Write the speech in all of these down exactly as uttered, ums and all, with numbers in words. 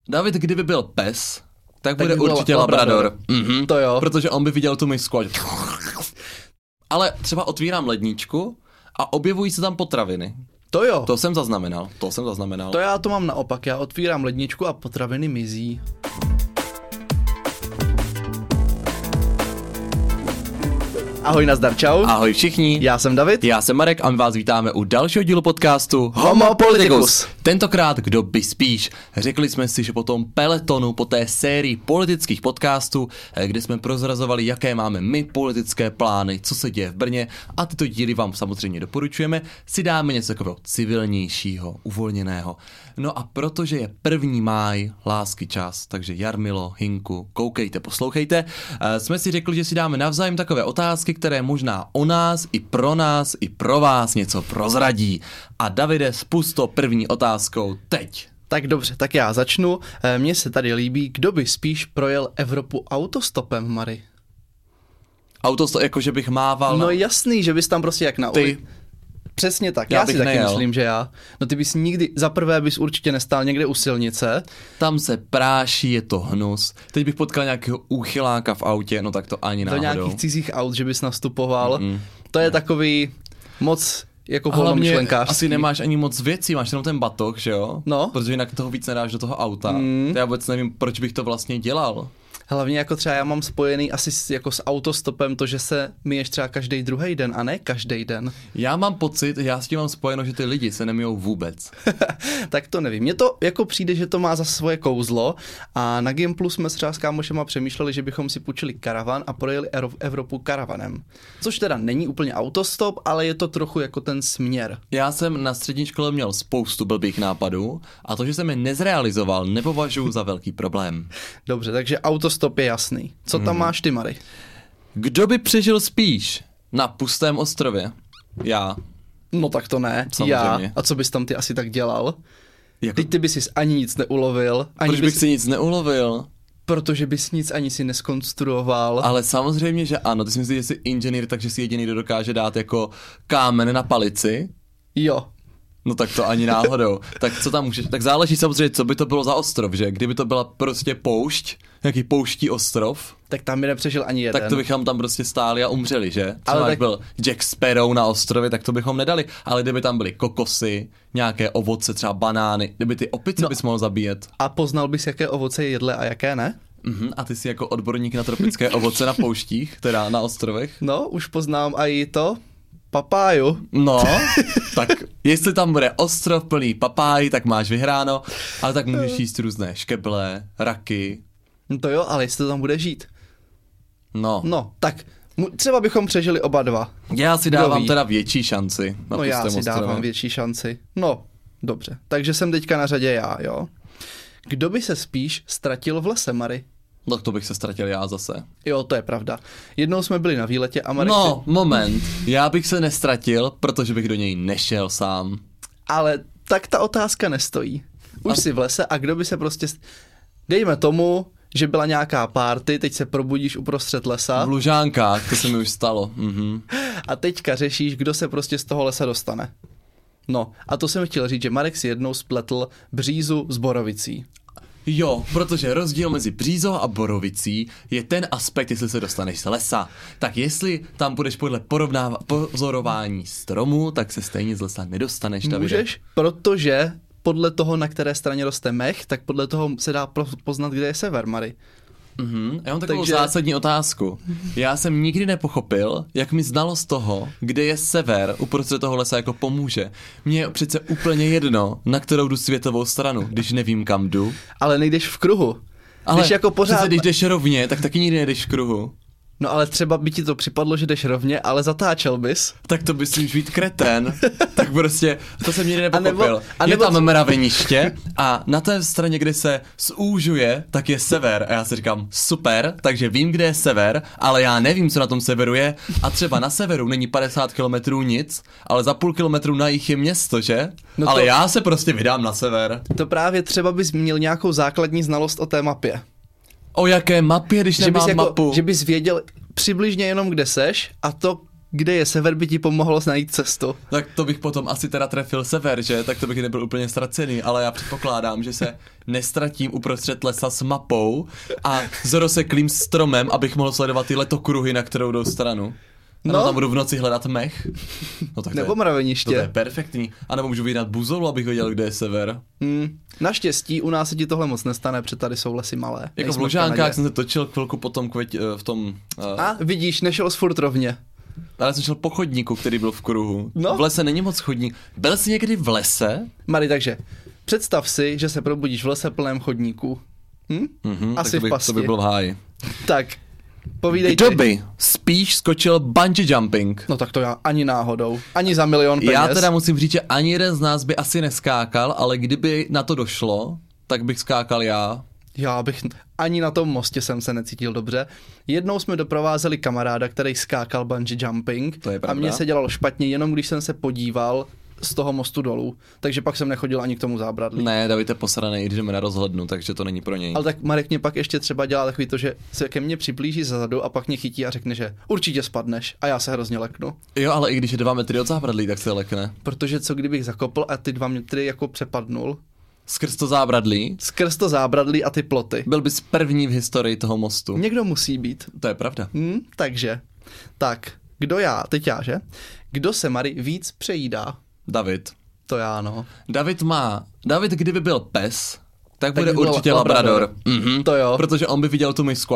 David, kdyby byl pes, tak, Tak bude by byl určitě labrador. labrador. Mhm. To jo. Protože on by viděl tu misku a... Ale třeba otvírám ledničku a objevují se tam potraviny. To jo. To jsem zaznamenal, to jsem zaznamenal. To já to mám naopak, já otvírám ledničku a potraviny mizí. Ahoj, nazdar, čau. Ahoj všichni. Já jsem David. Já jsem Marek a my vás vítáme u dalšího dílu podcastu Homo Politicus. Tentokrát kdo by spíš. Řekli jsme si, že po tom peletonu, po té sérii politických podcastů, kde jsme prozrazovali, jaké máme my politické plány, co se děje v Brně, a tyto díly vám samozřejmě doporučujeme, si dáme něco takového civilnějšího, uvolněného. No a protože je první máj, lásky čas, takže Jarmilo, Hinku, koukejte, poslouchejte, jsme si řekli, že si dáme navzájem takové otázky, které možná o nás, i pro nás, i pro vás něco prozradí. A Davide, spust to první otázkou teď. Tak dobře, tak já začnu. Mně se tady líbí, kdo by spíš projel Evropu autostopem, Mary. Autostop, jako že bych mával. No na... jasný, že bys tam prostě jak na Ty. ulici. Přesně tak, Já já, bych si taky nejel. myslím, že já. No ty bys nikdy, za prvé bys určitě nestál někde u silnice. Tam se práší, je to hnus. Teď bych potkal nějakého úchyláka v autě, no tak to ani Do náhodou. nějakých cizích aut, že bys nastupoval. Mm-mm. To je takový moc jako A hlavně volnomyšlenkářský. asi nemáš ani moc věcí, máš jenom ten batoh, že jo? No. Protože jinak toho víc nedáš do toho auta. Mm. To já vůbec nevím, proč bych to vlastně dělal. Hlavně jako třeba já mám spojený asi s, jako s autostopem to, že se myješ třeba každý druhý den a ne každý den. Já mám pocit, já s tím mám spojeno, že ty lidi se nemijou vůbec. Tak to nevím. Mně to jako přijde, že to má za svoje kouzlo a na Gimplu jsme s třeba s kámošema přemýšleli, že bychom si půjčili karavan a projeli Evropu karavanem. Což teda není úplně autostop, ale je to trochu jako ten směr. Já jsem na střední škole měl spoustu blbých nápadů a to, že jsem je nezrealizoval, nepovažuji za velký problém. Dobře, takže autostop je jasný. Co tam Mhm. máš ty, Mary? Kdo by přežil spíš na pustém ostrově? Já. No tak to ne, Samozřejmě. já. A co bys tam ty asi tak dělal? Jako, Teď ty bys si ani nic neulovil, ani proč bys, bych si nic neulovil? protože bys nic ani si neskonstruoval. Ale samozřejmě, že ano, ty si myslíš, že jsi inženýr, takže si jediný, kdo dokáže dát jako kámen na palici. Jo. No tak to ani náhodou. Tak co tam můžeš? Tak záleží samozřejmě, co by to bylo za ostrov, že? Kdyby to byla prostě poušť, nějaký pouští ostrov, Tak tam by nepřežil ani jeden. tak to bychom tam prostě stáli a umřeli, že? Co Ale máš tak- byl Jack Sparrow na ostrově, tak to bychom nedali. Ale kdyby tam byly kokosy, nějaké ovoce, třeba banány, kdyby ty opice No. bys mohl zabíjet. A poznal bys, jaké ovoce je jedle a jaké ne? Mhm, a ty jsi jako odborník na tropické ovoce na pouštích, teda na ostrovech. No, už poznám i to. Papáju. No, tak jestli tam bude ostrov plný papájí, tak máš vyhráno, ale tak můžeš jíst různé škeble, raky, No to jo, ale jestli to tam bude žít. no. No, tak mu- třeba bychom přežili oba dva. Já si Kdo dávám ví? teda větší šanci na No já pustém si ostrově. dávám větší šanci. No, dobře. Takže jsem teďka na řadě já, jo. Kdo by se spíš ztratil v lese, Mary? No to bych se ztratil já zase. Jo, to je pravda. Jednou jsme byli na výletě a Marek No, si... moment, já bych se nestratil, protože bych do něj nešel sám. Ale tak ta otázka nestojí. Už A- si v lese a kdo by se prostě... Dejme tomu, že byla nějaká party, teď se probudíš uprostřed lesa V Lužánkách, to se mi už stalo. Mhm. a teďka řešíš, kdo se prostě z toho lesa dostane. No, a to jsem chtěl říct, že Marek si jednou spletl břízu s borovicí. Jo, protože rozdíl mezi břízou a borovicí je ten aspekt, jestli se dostaneš z lesa. Tak jestli tam budeš podle porovnáva- pozorování stromů, tak se stejně z lesa nedostaneš, Davide. Můžeš, protože podle toho, na které straně roste mech, tak podle toho se dá pro- poznat, kde je sever, Mary. Mhm, já mám takovou Takže- zásadní otázku. Já jsem nikdy nepochopil, jak mi znalost toho, kde je sever uprostřed toho lesa jako pomůže. Mně je přece úplně jedno, na kterou jdu světovou stranu, když nevím, kam jdu. Ale nejdeš v kruhu. Ale Když jako pořád... přece, když jdeš rovně, tak taky nikdy nejdeš v kruhu. No ale třeba by ti to připadlo, že jdeš rovně, ale zatáčel bys. Tak to bys už být kreten. Tak prostě, to jsem nikdy A nebo- nepochopil. a Je nebo- tam mraveniště a na té straně, kde se zúžuje, tak je sever. A já si říkám, super, takže vím, kde je sever, ale já nevím, co na tom severu je. A třeba na severu není padesát kilometrů nic, ale za půl kilometru na jih je město, že? No ale to- já se prostě vydám na sever. To právě třeba bys měl nějakou základní znalost o té mapě. O jaké mapě, když Že nemám bys, jako, mapu? že bys věděl přibližně jenom, kde seš a to kde je sever, by ti pomohlo najít cestu. Tak to bych potom asi teda trefil sever, že? Tak to bych nebyl úplně ztracený, ale já předpokládám, že se nestratím uprostřed lesa s mapou a s rozseklým stromem, abych mohl sledovat ty letokruhy, na kterou jdou stranu. No. Ano, tam budu v noci hledat mech. No, tak nebo mraveniště. To je perfektní. A nebo můžu vydat buzolu, abych věděl, kde je sever. Hmm. Naštěstí u nás se ti tohle moc nestane, protože tady jsou lesy malé. Jako v Lužánkách jsem se točil chvilku potom kvěť, v tom... Uh... A vidíš, nešel jsi furt rovně. Ale jsem šel po chodníku, který byl v kruhu. No. V lese není moc chodník. Byl jsi někdy v lese? Mary, takže představ si, že se probudíš v lese plném chodníku. Hm? Mm-hmm, Asi tak to by, v pasti. To by byl v háji. Tak, povídej Kdo ty. by spíš skočil bungee jumping? No tak to já ani náhodou. Ani za milion peněz. Já teda musím říct, že ani jeden z nás by asi neskákal, ale kdyby na to došlo, tak bych skákal já. Já bych ani na tom mostě jsem se necítil dobře. Jednou jsme doprovázeli kamaráda, který skákal bungee jumping. To je pravda. A mně se dělalo špatně, jenom když jsem se podíval z toho mostu dolů. Takže pak jsem nechodil ani k tomu zábradlí. Ne, David je posranej, když jdeme na rozhlednu, takže to není pro něj. Ale tak Marek mě pak ještě třeba dělá takový to, že se ke mně přiblíží zezadu a pak mě chytí a řekne, že určitě spadneš a já se hrozně leknu. Jo, ale i když je dva metry od zábradlí, tak se lekne. Protože co kdybych zakopl a ty dva metry jako přepadnul? Skrz to zábradlí? Skrz to zábradlí a ty ploty. Byl bys první v historii toho mostu. Někdo musí být. To je pravda. Hmm, takže, tak, kdo já, teď já, že? Kdo se, Mary, víc přejídá? David. To já, no. David má, David kdyby byl pes, tak, tak bude by byl určitě labrador. labrador. Mhm. To jo. Protože on by viděl tu misku.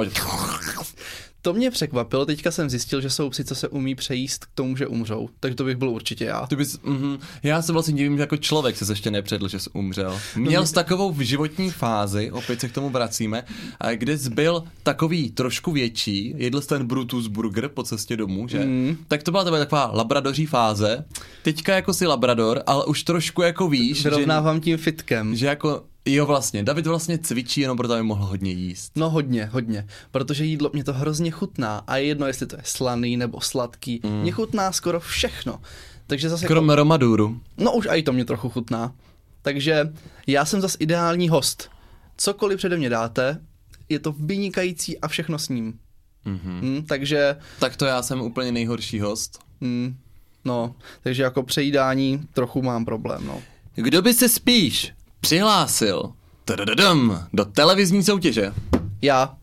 To mě překvapilo, teďka jsem zjistil, že jsou psi, co se umí přejíst k tomu, že umřou. Takže to bych byl určitě já. Ty bys, mhm. Já se vlastně divím, že jako člověk se ještě nepředl, že jsi umřel. Měl jsi takovou v životní fázi, opět se k tomu vracíme, kde jsi byl takový trošku větší, jedl jsi ten Brutus burger po cestě domů, že? Mm. Tak to byla tebe taková labradoří fáze. Teďka jako si labrador, ale už trošku jako víš, vyrovnávám že, tím fitkem. Že jako jo, vlastně. David vlastně cvičí jenom proto, aby mohl hodně jíst. No hodně, hodně. Protože jídlo mě to hrozně chutná. A je jedno, jestli to je slaný nebo sladký. Mm. Mě chutná skoro všechno. Takže zase... Krom jako... romaduru. No už i to mě trochu chutná. Takže já jsem zase ideální host. Cokoliv přede mě dáte, je to vynikající a všechno s ním. Mm-hmm. Mm, takže... Tak to já jsem úplně nejhorší host. Mm, no, takže jako přejídání trochu mám problém, no. Kdo by se spíš přihlásil tadadadam, do televizní soutěže? Já.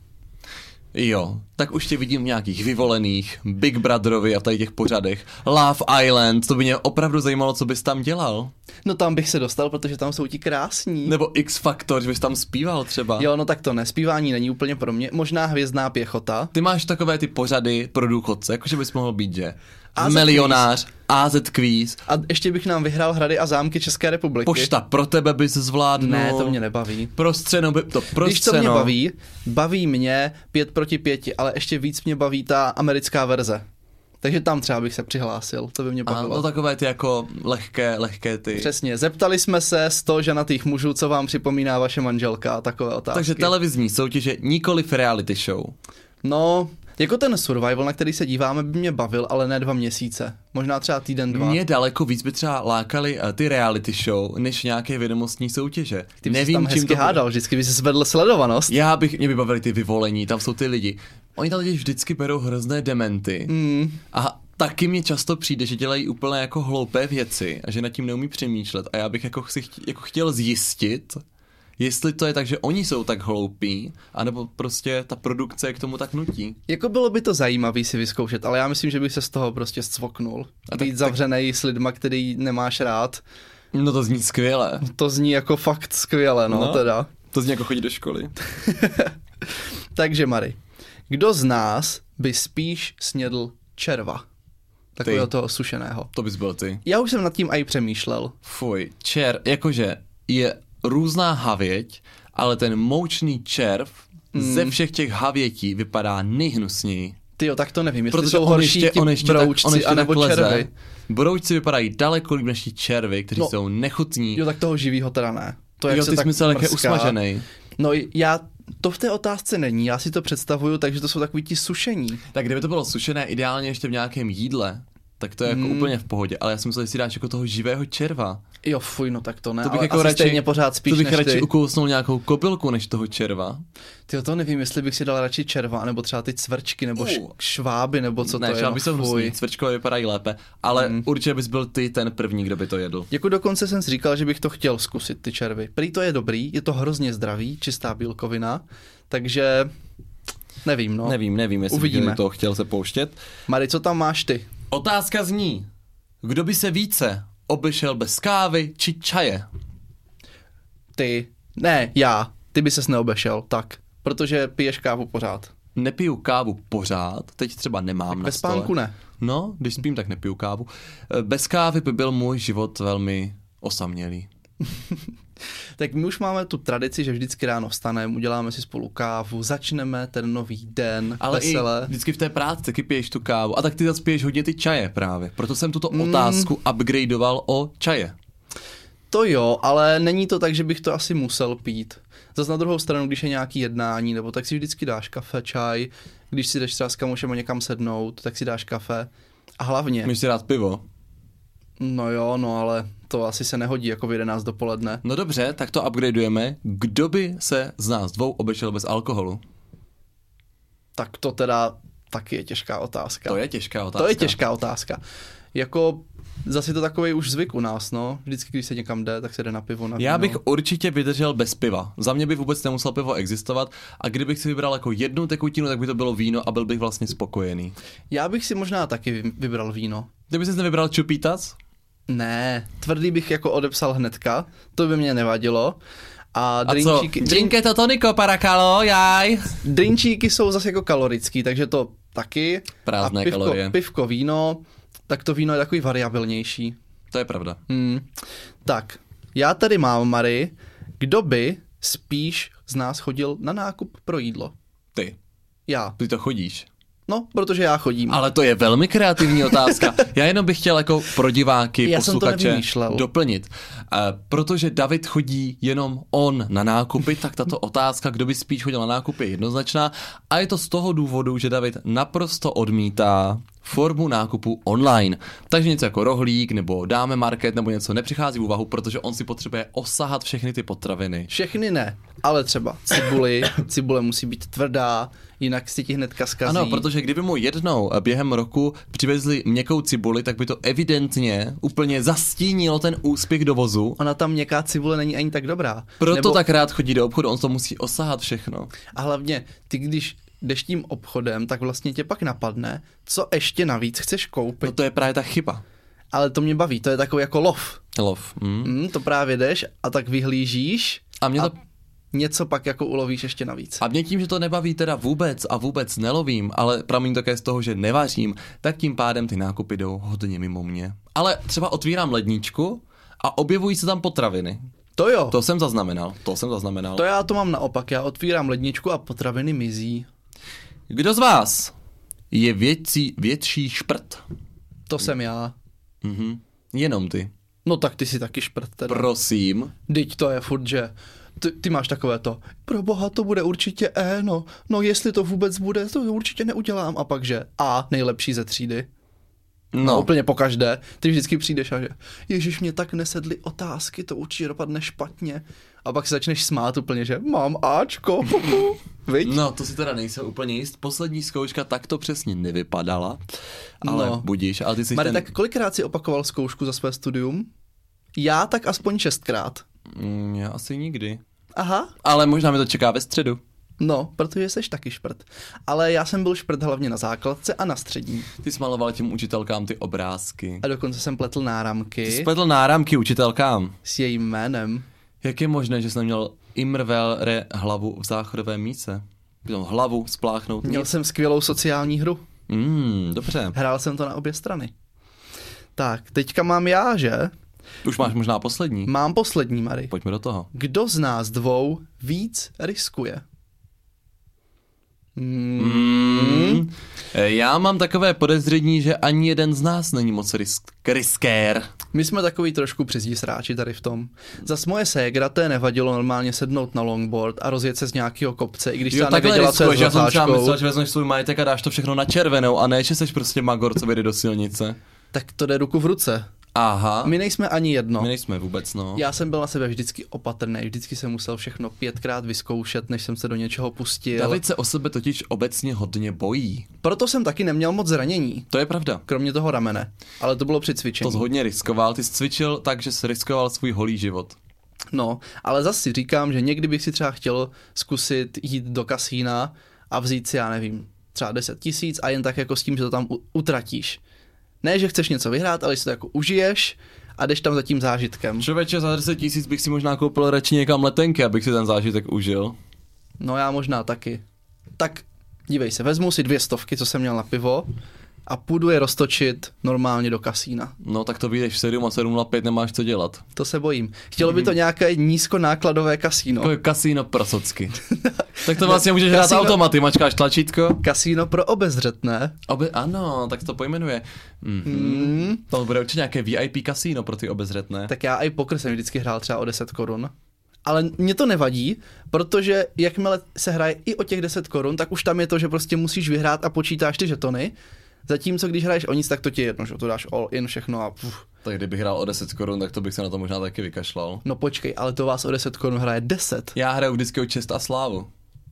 Jo, tak už tě vidím v nějakých vyvolených, Big Brotherovi a tady těch pořadech, Love Island, to by mě opravdu zajímalo, co bys tam dělal. No tam bych se dostal, protože tam jsou ti krásní. Nebo X Factor, že bys tam zpíval třeba. Jo, no tak to nespívání není úplně pro mě, možná Hvězdná pěchota. Ty máš takové ty pořady pro důchodce, jakože bys mohl být, že? á zet Milionář, á zet Quiz. A ještě bych nám vyhrál Hrady a zámky České republiky. Pošta pro tebe bys zvládnul. Ne, to mě nebaví. Prostřeno by, to prostřeno. Víš, co mě baví? Baví mě pět proti pěti, ale ještě víc mě baví ta americká verze. Takže tam třeba bych se přihlásil, to by mě bavilo. A no takové ty jako lehké, lehké ty. Přesně, zeptali jsme se sto ženatých mužů, co vám připomíná vaše manželka, takové otázky. Takže televizní soutěže, nikoliv reality show. No, jako ten Survival, na který se díváme, by mě bavil, ale ne dva měsíce. Možná třeba týden, dva. Mě daleko víc by třeba lákaly ty reality show, než nějaké vědomostní soutěže. Ty bys Nevím, tam hezky čím to hádal, vždycky by si zvedl sledovanost. Já bych, mě by bavili ty vyvolení, tam jsou ty lidi. Oni tam lidi vždycky berou hrozné dementy. Mm. A taky mě často přijde, že dělají úplně jako hloupé věci a že nad tím neumí přemýšlet. A já bych jako, si chtě, jako chtěl zjistit, jestli to je tak, že oni jsou tak hloupí, anebo prostě ta produkce je k tomu tak nutí. Jako bylo by to zajímavý si vyzkoušet, ale já myslím, že bych se z toho prostě scvoknul. A být tak, zavřenej tak... s lidma, který nemáš rád. No to zní skvěle. To zní jako fakt skvěle, no, no teda. To zní jako chodit do školy. Takže Mary, kdo z nás by spíš snědl červa? Takového toho sušeného. To bys byl ty. Já už jsem nad tím i přemýšlel. Fuj, čer, jakože je různá havěť, ale ten moučný červ mm. ze všech těch havětí vypadá nejhnusněji. Tyjo, tak to nevím, jestli protože jsou horší ti broučci anebo červy. Broučci vypadají daleko líp než ti červy, kteří no, jsou nechutní. Jo, tak toho živýho teda ne. To jo, jak ty se jsi myslel, jak je mrská. usmažený. No já, to v té otázce není, já si to představuju, takže to jsou takový ti sušení. Tak kdyby to bylo sušené ideálně ještě v nějakém jídle, tak to je jako Mm. úplně v pohodě, ale já jsem myslel, že si dáš jako toho živého červa. Jo, fuj, no tak to ne, To bych ale jako asi radši, stejně pořád spíš to bych než radši ty. ukousnul nějakou kobylku než toho červa. Tyjo, to nevím, jestli bych si dal radši červa, nebo třeba ty cvrčky, nebo š- Uh. šváby, nebo co ne, to je. šváby jsou hnusný, cvrčkové vypadají lépe, ale Mm. určitě bys byl ty ten první, kdo by to jedl. Jako dokonce jsem si říkal, že bych to chtěl zkusit, ty červy. Prý to je dobrý, je to hrozně zdravý, čistá bílkovina, takže nevím, no. Nevím, nevím, jestli Uvidíme. bych to chtěl se pouštět. Mary, co tam máš ty? Otázka zní, kdo by se více obešel bez kávy či čaje? Ty. Ne, já. Ty by ses neobešel, tak. Protože piješ kávu pořád. Nepiju kávu pořád, teď třeba nemám na Bez stole. spánku ne. No, když spím, tak nepiju kávu. Bez kávy by byl můj život velmi osamělý. Tak my už máme tu tradici, že vždycky ráno vstaneme, uděláme si spolu kávu, začneme ten nový den Ale veselé. i vždycky v té práci taky piješ tu kávu. A tak ty zase piješ hodně ty čaje právě. Proto jsem tuto Mm. otázku upgradeoval o čaje. To jo, ale není to tak, že bych to asi musel pít. Zas na druhou stranu, když je nějaký jednání, nebo tak si vždycky dáš kafe, čaj, když si jdeš třeba s kamošem někam sednout, tak si dáš kafe. A hlavně, Můžeš si dát pivo. no jo, no ale to asi se nehodí jako v jedenáct dopoledne. No dobře, tak to upgradeujeme. Kdo by se z nás dvou obešel bez alkoholu? Tak to teda taky je těžká otázka. To je těžká otázka. To je těžká otázka. Jako zase je to takový už zvyk u nás, no. Vždycky, když se někam jde, tak se jde na pivo, na víno. Já bych určitě vydržel bez piva. Za mě by vůbec nemusel pivo existovat a kdybych si vybral jako jednu tekutinu, tak by to bylo víno a byl bych vlastně spokojený. Já bych si možná taky vy- vybral víno. Kdyby jsi nevybral čupítac? Ne, tvrdý bych jako odepsal hnedka, to by mě nevadilo. A, A co? drinčíky, drink, Drinke to tonico paracalo, jaj. drinčíky jsou zase jako kalorický, takže to taky. Prázdné a pivko, kalorie. pivko, víno, tak to víno je takový variabilnější. To je pravda. Hmm. Tak, já tady mám, Mary, kdo by spíš z nás chodil na nákup pro jídlo? Ty. Já. Ty to chodíš. No, protože já chodím. Ale to je velmi kreativní otázka. Já jenom bych chtěl jako pro diváky, Já jsem to posluchače nevymýšlel. doplnit. Uh, protože David chodí jenom on na nákupy, tak tato otázka, kdo by spíš chodil na nákupy, je jednoznačná. A je to z toho důvodu, že David naprosto odmítá formu nákupu online. Takže něco jako rohlík nebo dáme market nebo něco nepřichází v úvahu, protože on si potřebuje osahat všechny ty potraviny. Všechny ne, ale třeba cibuli, cibule musí být tvrdá, jinak si ti hnedka zkazí. Ano, protože kdyby mu jednou během roku přivezli měkkou cibuli, tak by to evidentně úplně zastínilo ten úspěch dovozu. Ona tam měkká cibule není ani tak dobrá. Proto Nebo, tak rád chodí do obchodu, on to musí osahat všechno. A hlavně, ty když jdeš tím obchodem, tak vlastně tě pak napadne, co ještě navíc chceš koupit. No to je právě ta chyba. Ale to mě baví, to je takový jako lov. Lov. Mm. Mm, to právě jdeš a tak vyhlížíš A mě a to... něco pak jako ulovíš ještě navíc. A mě tím, že to nebaví teda vůbec a vůbec nelovím, ale pramení také z toho, že nevařím, tak tím pádem ty nákupy jdou hodně mimo mě. Ale třeba otvírám ledničku a objevují se tam potraviny. To jo, to, To jsem zaznamenal, to jsem zaznamenal. to já to mám naopak, já otvírám ledničku a potraviny mizí. Kdo z vás je větší, větší šprt? To jsem já. Mhm. Jenom ty. No tak ty si taky šprt teda. Prosím. Dyť to je furt, že ty, ty máš takové to, pro boha to bude určitě E, no, no jestli to vůbec bude, to určitě neudělám. A pak že A, nejlepší ze třídy. No. No, Úplně pokaždé. Ty vždycky přijdeš a že ježiš, mě tak nesedly otázky, to určitě dopadne špatně. A pak se začneš smát úplně, že mám Ačko, viď? no, to si teda nejsem úplně jist. Poslední zkouška takto přesně nevypadala, ale No. budíš. Ale ty jsi Mary, ten... tak kolikrát si opakoval zkoušku za své studium? Já tak aspoň šestkrát. Mm, já asi nikdy. Aha, Ale možná mi to čeká ve středu. no, protože jsi taky šprt. Ale já jsem byl šprt hlavně na základce a na střední. Ty jsi maloval těm učitelkám ty obrázky. A dokonce jsem pletl náramky Ty jsi spletl náramky učitelkám. s jejím jménem. Jak je možné, že jsi neměl Imrvelre hlavu v záchodové míse? No, hlavu spláchnout. Měl nic. jsem skvělou sociální hru. Mm, dobře. Hrál jsem to na obě strany. Tak, teďka mám já, že? Už máš možná poslední. Mám poslední, Mary. Pojďme do toho. Kdo z nás dvou víc riskuje? Hmm. Mm. Já mám takové podezření, že ani jeden z nás není moc risk, riskér. My jsme takový trošku přizí sráči tady v tom. Zas moje ségra, té nevadilo normálně sednout na longboard a rozjet se z nějakého kopce, i když Jo, třeba takhle nevěděla, co je riskuješ, já s jsem třeba zatáčkou. myslel, že vezmeš svůj majetek a dáš to všechno na červenou a ne, že jsi prostě magor, co vyjde do silnice. tak to jde ruku v ruce. Aha. My nejsme ani jedno. My nejsme vůbec, no. Já jsem byl na sebe vždycky opatrný, vždycky jsem musel všechno pětkrát vyzkoušet, než jsem se do něčeho pustil. David se o sebe totiž obecně hodně bojí. Proto jsem taky neměl moc zranění. To je pravda. Kromě toho ramene. Ale to bylo při cvičení. To jsi hodně riskoval, ty jsi cvičil tak, že jsi riskoval svůj holý život. No, ale zase si říkám, že někdy bych si třeba chtěl zkusit jít do kasína a vzít si, já nevím, třeba deset tisíc a jen tak jako s tím, že to tam utratíš. Ne, že chceš něco vyhrát, ale že si to jako užiješ a jdeš tam za tím zážitkem. Člověče, za deset tisíc bych si možná koupil radši někam letenky, abych si ten zážitek užil. No já možná taky. Tak dívej se, vezmu si dvě stovky, co jsem měl na pivo a půjdu je roztočit normálně do kasína. No tak to vyjdeš v sedm a sedm na pět nemáš co dělat. To se bojím. Chtělo by to nějaké nízkonákladové kasíno. To je kasíno pro socky. Tak to vlastně můžeš hrát automaty, mačkáš tlačítko. Kasíno pro obezřetné. Obe, ano, tak to pojmenuje. Mm-hmm. Mm. To bude určitě nějaké V I P kasíno pro ty obezřetné. Tak já i poker jsem vždycky hrál třeba o deset korun. Ale mě to nevadí, protože jakmile se hraje i o těch deset korun, tak už tam je to, že prostě musíš vyhrát a počítáš ty žetony. Zatímco když hraješ o nic, tak to ti je jedno, že to dáš all in všechno a puf. Tak kdybych hrál o deset korun, tak to bych se na to možná taky vykašlal. No počkej, ale to vás o deset korun hraje deset. Já hraju vždycky o čest a slávu.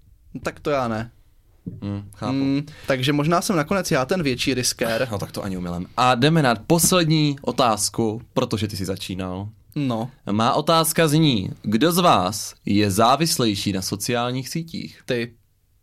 Tak to já ne. Mm, chápu. Mm, takže možná jsem nakonec já ten větší riskér. No tak to ani umylem. A jdeme na poslední otázku, protože ty jsi začínal. No. Má otázka zní, kdo z vás je závislejší na sociálních sítích? Ty.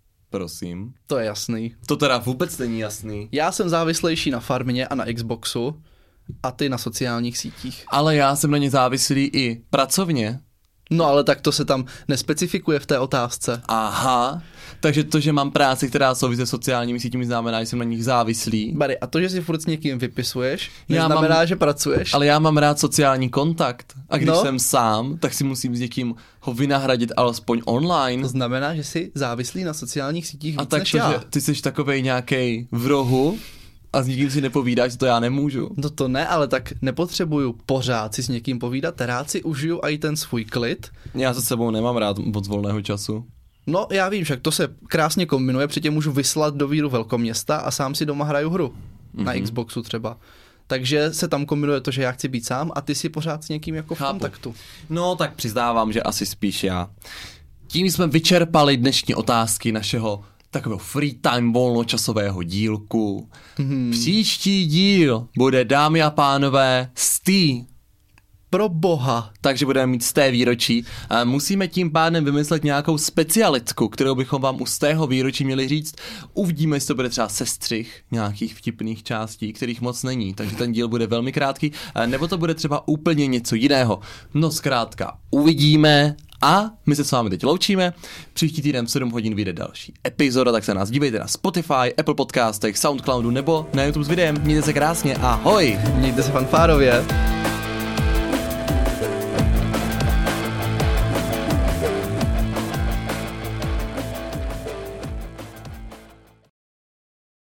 Prosím. To je jasný. To teda vůbec není jasný. Já jsem závislejší na farmě a na Xboxu a ty na sociálních sítích. Ale já jsem na ně závislý i pracovně. No ale tak to se tam nespecifikuje v té otázce. Aha, takže to, že mám práci, která souvisí s sociálními sítěmi, znamená, že jsem na nich závislý. Bary, a to, že si furt s někým vypisuješ, já neznamená, mám, že pracuješ. Ale já mám rád sociální kontakt. A když no. jsem sám, tak si musím s někým ho vynahradit alespoň online. To znamená, že jsi závislý na sociálních sítích víc a tak než to, já. Že ty jsi takovej nějakej v rohu a s nikým si nepovídáš, to já nemůžu. No to ne, ale tak nepotřebuju pořád si s někým povídat, rád si užiju i ten svůj klid. Já se sebou nemám rád moc volného času. No já vím, však to se krásně kombinuje, protože můžu vyslat do víru velkoměsta a sám si doma hraju hru. Mm-hmm. Na Xboxu třeba. Takže se tam kombinuje to, že já chci být sám a ty si pořád s někým jako v Chápu. kontaktu. No tak přiznávám, že asi spíš já. Tím jsme vyčerpali dnešní otázky našeho takového free time volnočasového dílku. Mm-hmm. Příští díl bude, dámy a pánové, z té. Pro boha. Takže budeme mít z té výročí. Musíme tím pádem vymyslet nějakou specialitku, kterou bychom vám u z tého výročí měli říct. Uvidíme, jestli to bude třeba sestřih nějakých vtipných částí, kterých moc není, takže ten díl bude velmi krátký, nebo to bude třeba úplně něco jiného. No zkrátka, uvidíme. A my se s vámi teď loučíme. Příští týden v sedm hodin vyjde další epizoda, tak se nás dívejte na Spotify, Apple Podcastech, Soundcloudu nebo na YouTube s videem. Mějte se krásně, ahoj! Mějte se fanfárově.